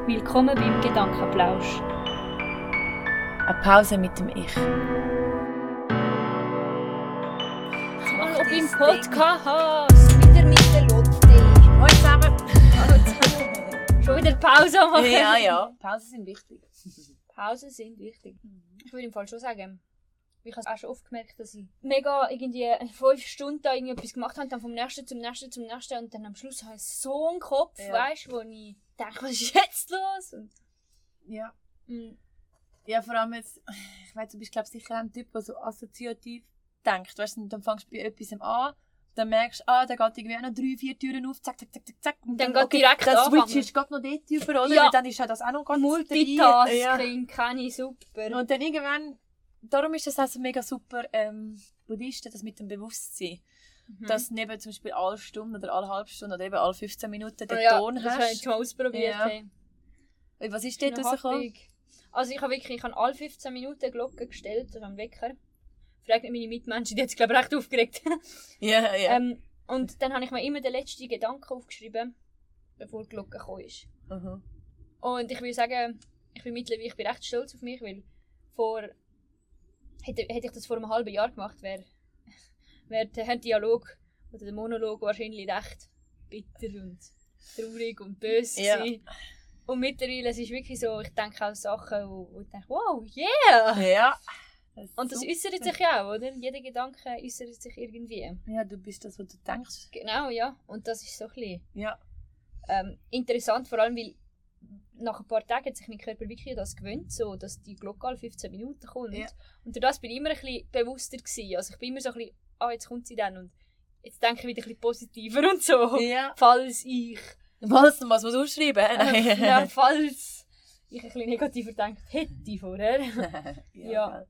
Willkommen beim Gedankenplausch. Eine Pause mit dem Ich. Hallo beim Podcast, wieder mit der Lotte. Hallo zusammen. Schon wieder Pause machen? Ja. Pausen sind wichtig. Pausen sind wichtig. Ich würde im Fall schon sagen, ich habe auch schon oft gemerkt, dass ich mega irgendwie 5 Stunden da irgendetwas gemacht habe, dann vom nächsten zum nächsten und dann am Schluss habe ich so einen Kopf, weißt du, wo ich denke, was ist jetzt los? Und Ja. Ja, vor allem jetzt, ich weiss, du bist glaube sicher ein Typ, der so assoziativ denkt. Weißt du, dann fängst du bei etwas an, dann merkst du, da geht irgendwie auch noch 3-4 Türen auf, zack. Und dann geht direkt dann anfangen. switchst du noch dort über, oder? Ja. Weil dann ist ja das auch noch ganz Multitasking, kann ich super. Und dann irgendwann, darum ist das auch so mega super, Buddhisten, das mit dem Bewusstsein. Dass neben zum Beispiel alle Stunde oder alle halbe Stunde oder eben alle 15 Minuten den Ton das hast. habe ich schon ausprobiert. Ja. Hey. Und was ist dort rausgekommen? Also ich habe alle 15 Minuten Glocke gestellt, also am Wecker. Fragt nicht meine Mitmenschen, die hat sich glaube ich recht aufgeregt. Ja. Und dann habe ich mir immer den letzten Gedanken aufgeschrieben, bevor die Glocke gekommen ist. Mhm. Und ich will sagen, ich bin recht stolz auf mich, weil hätte ich das vor einem halben Jahr gemacht, wäre der Dialog oder der Monolog wahrscheinlich recht bitter und traurig und böse gewesen. Und mittlerweile es ist wirklich so, ich denke auch Sachen, wo ich denke, wow, yeah! Ja. Und das äußert sich ja auch, oder? Jeder Gedanke äußert sich irgendwie. Ja, du bist das, was du denkst. Genau, ja. Und das ist so ein bisschen Ja. interessant, vor allem, weil nach ein paar Tagen hat sich mein Körper wirklich das gewöhnt, so, dass die Glocke alle 15 Minuten kommt. Ja. Und durch das bin ich immer ein bisschen bewusster gewesen. Also ich bin immer so ein bisschen, jetzt kommt sie dann und jetzt denke ich wieder ein bisschen positiver und so. Ja. Falls ich... Was ausschreiben? Ja, falls ich ein bisschen negativer gedacht hätte vorher. Ja.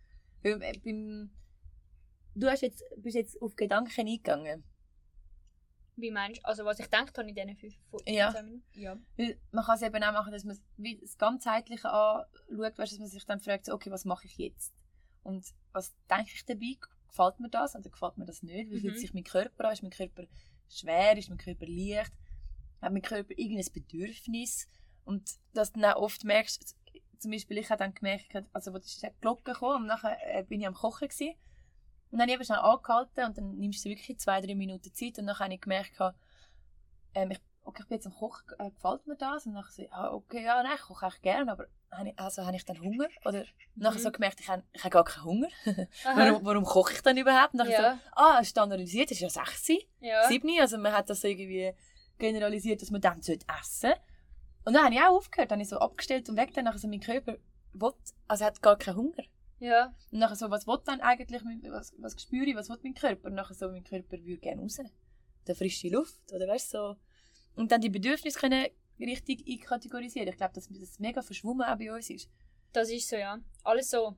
Du bist jetzt auf Gedanken eingegangen. Wie meinst du? Also was ich gedacht habe in diesen 15 Minuten? Ja. Weil man kann es eben auch machen, dass man das Ganzheitliche anschaut, weißt, dass man sich dann fragt, so, okay, was mache ich jetzt? Und was denke ich dabei? Gefällt mir das oder gefällt mir das nicht? Wie fühlt sich mein Körper an? Ist mein Körper schwer? Ist mein Körper leicht? Hat mein Körper irgendein Bedürfnis? Und dass du dann auch oft merkst, zum Beispiel ich habe dann gemerkt, also wo die Glocke kam und nachher bin ich am Kochen gewesen. Und dann habe ich schnell angehalten und dann nimmst du wirklich 2-3 Minuten Zeit und dann habe ich gemerkt, ich bin jetzt am Kochen, gefällt mir das? Und dann so, ich koche echt gerne, aber habe ich dann Hunger? Oder nachher so gemerkt, ich habe gar keinen Hunger. warum koche ich dann überhaupt? Und nachher so, standardisiert, das ist ja 6, 7, also man hat das so irgendwie generalisiert, dass man dann essen sollte. Und dann habe ich auch aufgehört, dann habe ich so abgestellt und weg, dann nachher so mein Körper hat gar keinen Hunger. Ja. Und nachher so, was will dann eigentlich, was spüre ich, was will mein Körper? Und nachher so, mein Körper würde gerne raus. Der frische Luft, oder weißt du, so. Und dann die Bedürfnisse können richtig einkategorisieren. Ich glaube, dass das mega verschwommen auch bei uns ist. Das ist so, ja. Alles so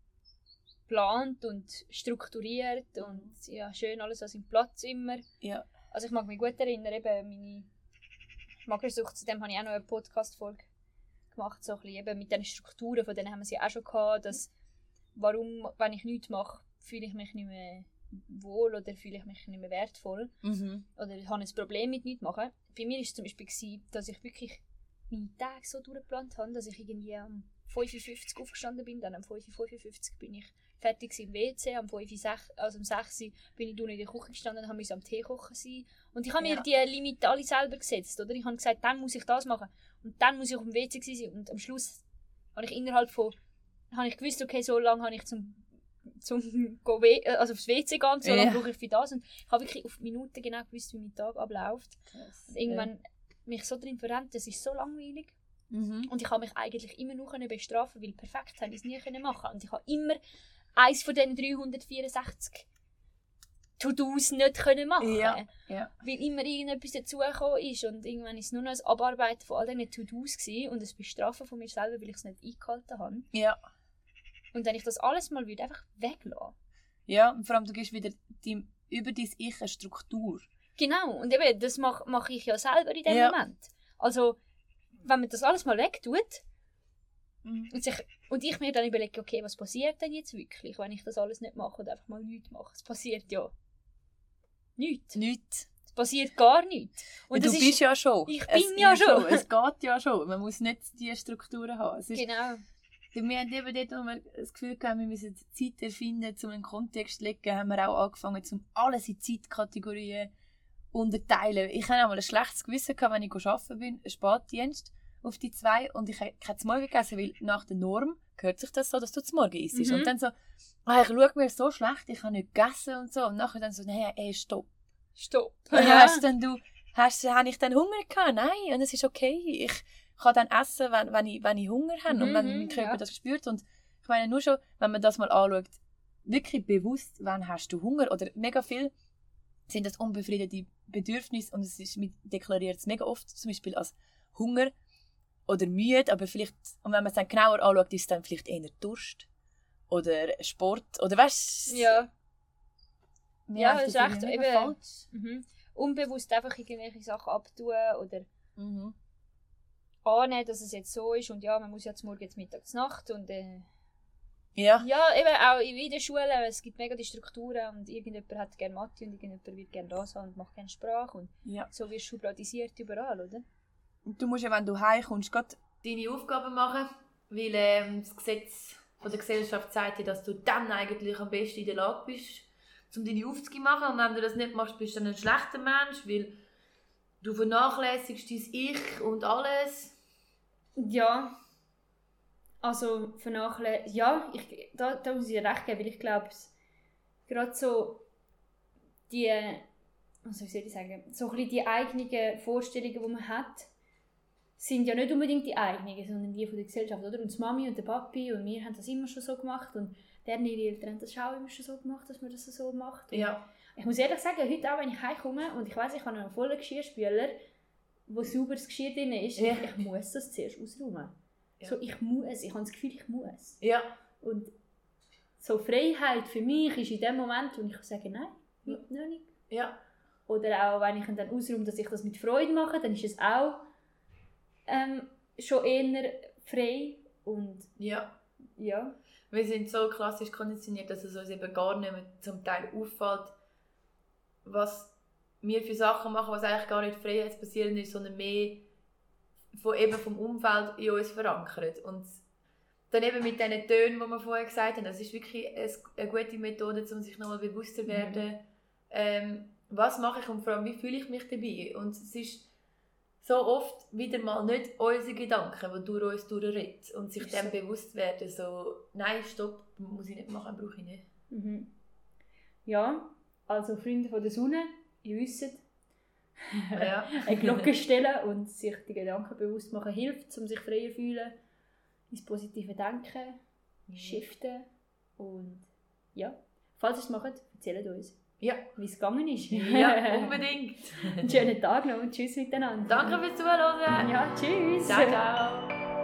geplant und strukturiert und ja, schön alles an seinem Platz immer. Ja. Also ich mag mich gut erinnern, eben meine Magersucht, zu dem habe ich auch noch eine Podcast-Folge gemacht, so ein bisschen eben mit diesen Strukturen, von denen haben wir sie auch schon gehabt, dass warum, wenn ich nichts mache, fühle ich mich nicht mehr wohl oder fühle ich mich nicht mehr wertvoll oder habe ein Problem mit nichts machen. Bei mir war es zum Beispiel, dass ich wirklich meine Tage so durchgeplant habe, dass ich irgendwie am 5:50 Uhr aufgestanden bin, dann am 5:55 Uhr bin ich fertig im WC, am 5:06 also um 6 Uhr bin ich in der Küche gestanden und musste am Tee kochen sein. Und ich habe mir die Limite alle selber gesetzt, oder? Ich habe gesagt, dann muss ich das machen und dann muss ich auf dem WC sein und am Schluss habe ich gewusst, okay, so lange habe ich zum aufs WC gehen, so lange brauche ich für das. Und ich habe wirklich auf Minuten genau gewusst, wie mein Tag abläuft. Und irgendwann mich so drin verrennt, das ist so langweilig. Und ich habe mich eigentlich immer nur bestrafen, weil perfekt habe ich es nie machen. Und ich habe immer eins von diesen 364 To-Dos nicht machen. Ja. Weil immer irgendetwas dazugekommen ist. Und irgendwann war es nur noch ein Abarbeiten von all diesen To-Dos gewesen und ein Bestrafen von mir selber, weil ich es nicht eingehalten habe. Ja. Und wenn ich das alles mal einfach weglasse. Ja, und vor allem du gibst wieder über dein Ich eine Struktur. Genau, und eben, das mache ich ja selber in dem Moment. Also, wenn man das alles mal wegtut und ich mir dann überlege, okay, was passiert denn jetzt wirklich, wenn ich das alles nicht mache oder einfach mal nichts mache? Es passiert ja nichts. Es passiert gar nichts. Und du bist ja schon. Ich bin ja schon. Es geht ja schon. Man muss nicht diese Strukturen haben. Genau. Wir haben eben dort, wo wir das Gefühl haben, wir müssen Zeit erfinden, um einen Kontext zu legen, haben wir auch angefangen, um alles in Zeitkategorien unterteilen. Ich hatte auch mal ein schlechtes Gewissen, wenn ich arbeiten bin, einen Spätdienst auf die 2 und ich habe kein Morgen gegessen, weil nach der Norm gehört sich das so, dass du zum Morgen isst. Und dann so, ich schaue mir so schlecht, ich habe nicht gegessen und so. Und nachher dann so, nein, stopp. Ja. Habe ich dann Hunger gehabt? Nein, und es ist okay. Ich kann dann essen, wenn ich Hunger habe und wenn mein Körper das spürt. Und ich meine, nur schon, wenn man das mal anschaut, wirklich bewusst, wann hast du Hunger? Oder mega viel sind das unbefriedigte Bedürfnisse und es ist deklariert es mega oft, zum Beispiel als Hunger oder müde, aber vielleicht, und wenn man es dann genauer anschaut, ist es dann vielleicht eher Durst oder Sport oder weißt du? Ja. Ja, das ist recht eben falsch. Unbewusst einfach irgendwelche Sachen abtun oder annehmen, dass es jetzt so ist und ja, man muss ja zum Morgen, jetzt Mittag, zur Nacht und ja, eben auch in der Schule, es gibt mega die Strukturen und irgendjemand hat gerne Mathe und irgendjemand wird gerne das haben und macht gerne Sprache und so wirst du schubladisiert überall, oder? Und du musst ja, wenn du heimkommst, gerade deine Aufgaben machen, weil das Gesetz von der Gesellschaft sagt dir, dass du dann eigentlich am besten in der Lage bist, um deine Aufgaben zu machen. Und wenn du das nicht machst, bist du dann ein schlechter Mensch, weil du vernachlässigst dein Ich und alles. Ja, also ja, da muss ich recht geben, weil ich glaube, gerade so die, was soll ich sagen, so ein bisschen die eigenen Vorstellungen, die man hat, sind ja nicht unbedingt die eigenen, sondern die von der Gesellschaft, oder? Und die Mami und der Papi und wir haben das immer schon so gemacht und ihre Eltern haben das auch immer schon so gemacht, dass man das so macht. Ja. Ich muss ehrlich sagen, heute auch, wenn ich heimkomme und ich weiss, ich habe einen vollen Geschirrspüler, wo sauberes Geschirr drin ist, ich muss das zuerst ausräumen. Ja. So, ich habe das Gefühl, ich muss. Ja. Und so Freiheit für mich ist in dem Moment, wo ich sage, nein, nicht. Ja. Oder auch, wenn ich dann ausräume, dass ich das mit Freude mache, dann ist es auch schon eher frei. Und ja. Ja. Wir sind so klassisch konditioniert, dass es uns eben gar nicht mehr zum Teil auffällt, was wir für Sachen machen, was eigentlich gar nicht freiheitsbasierend ist, sondern mehr vom Umfeld in uns verankert. Und dann eben mit diesen Tönen, die wir vorher gesagt haben, das ist wirklich eine gute Methode, um sich nochmal bewusster zu werden, was mache ich und vor allem, wie fühle ich mich dabei. Und es ist so oft wieder mal nicht unsere Gedanken, die durch uns durchreden und sich dem bewusst werden, so, nein, stopp, muss ich nicht machen, brauche ich nicht. Mhm. Ja, also Freunde von der Sonne, ihr wisst, eine Glocke stellen und sich die Gedanken bewusst machen hilft, um sich freier zu fühlen, ins positive Denken, shiften und ja, falls ihr es macht, erzählt uns. Ja. Wie es gegangen ist. Ja, unbedingt. Einen schönen Tag noch und tschüss miteinander. Danke fürs Zuhören. Ja, tschüss. Ciao, ciao.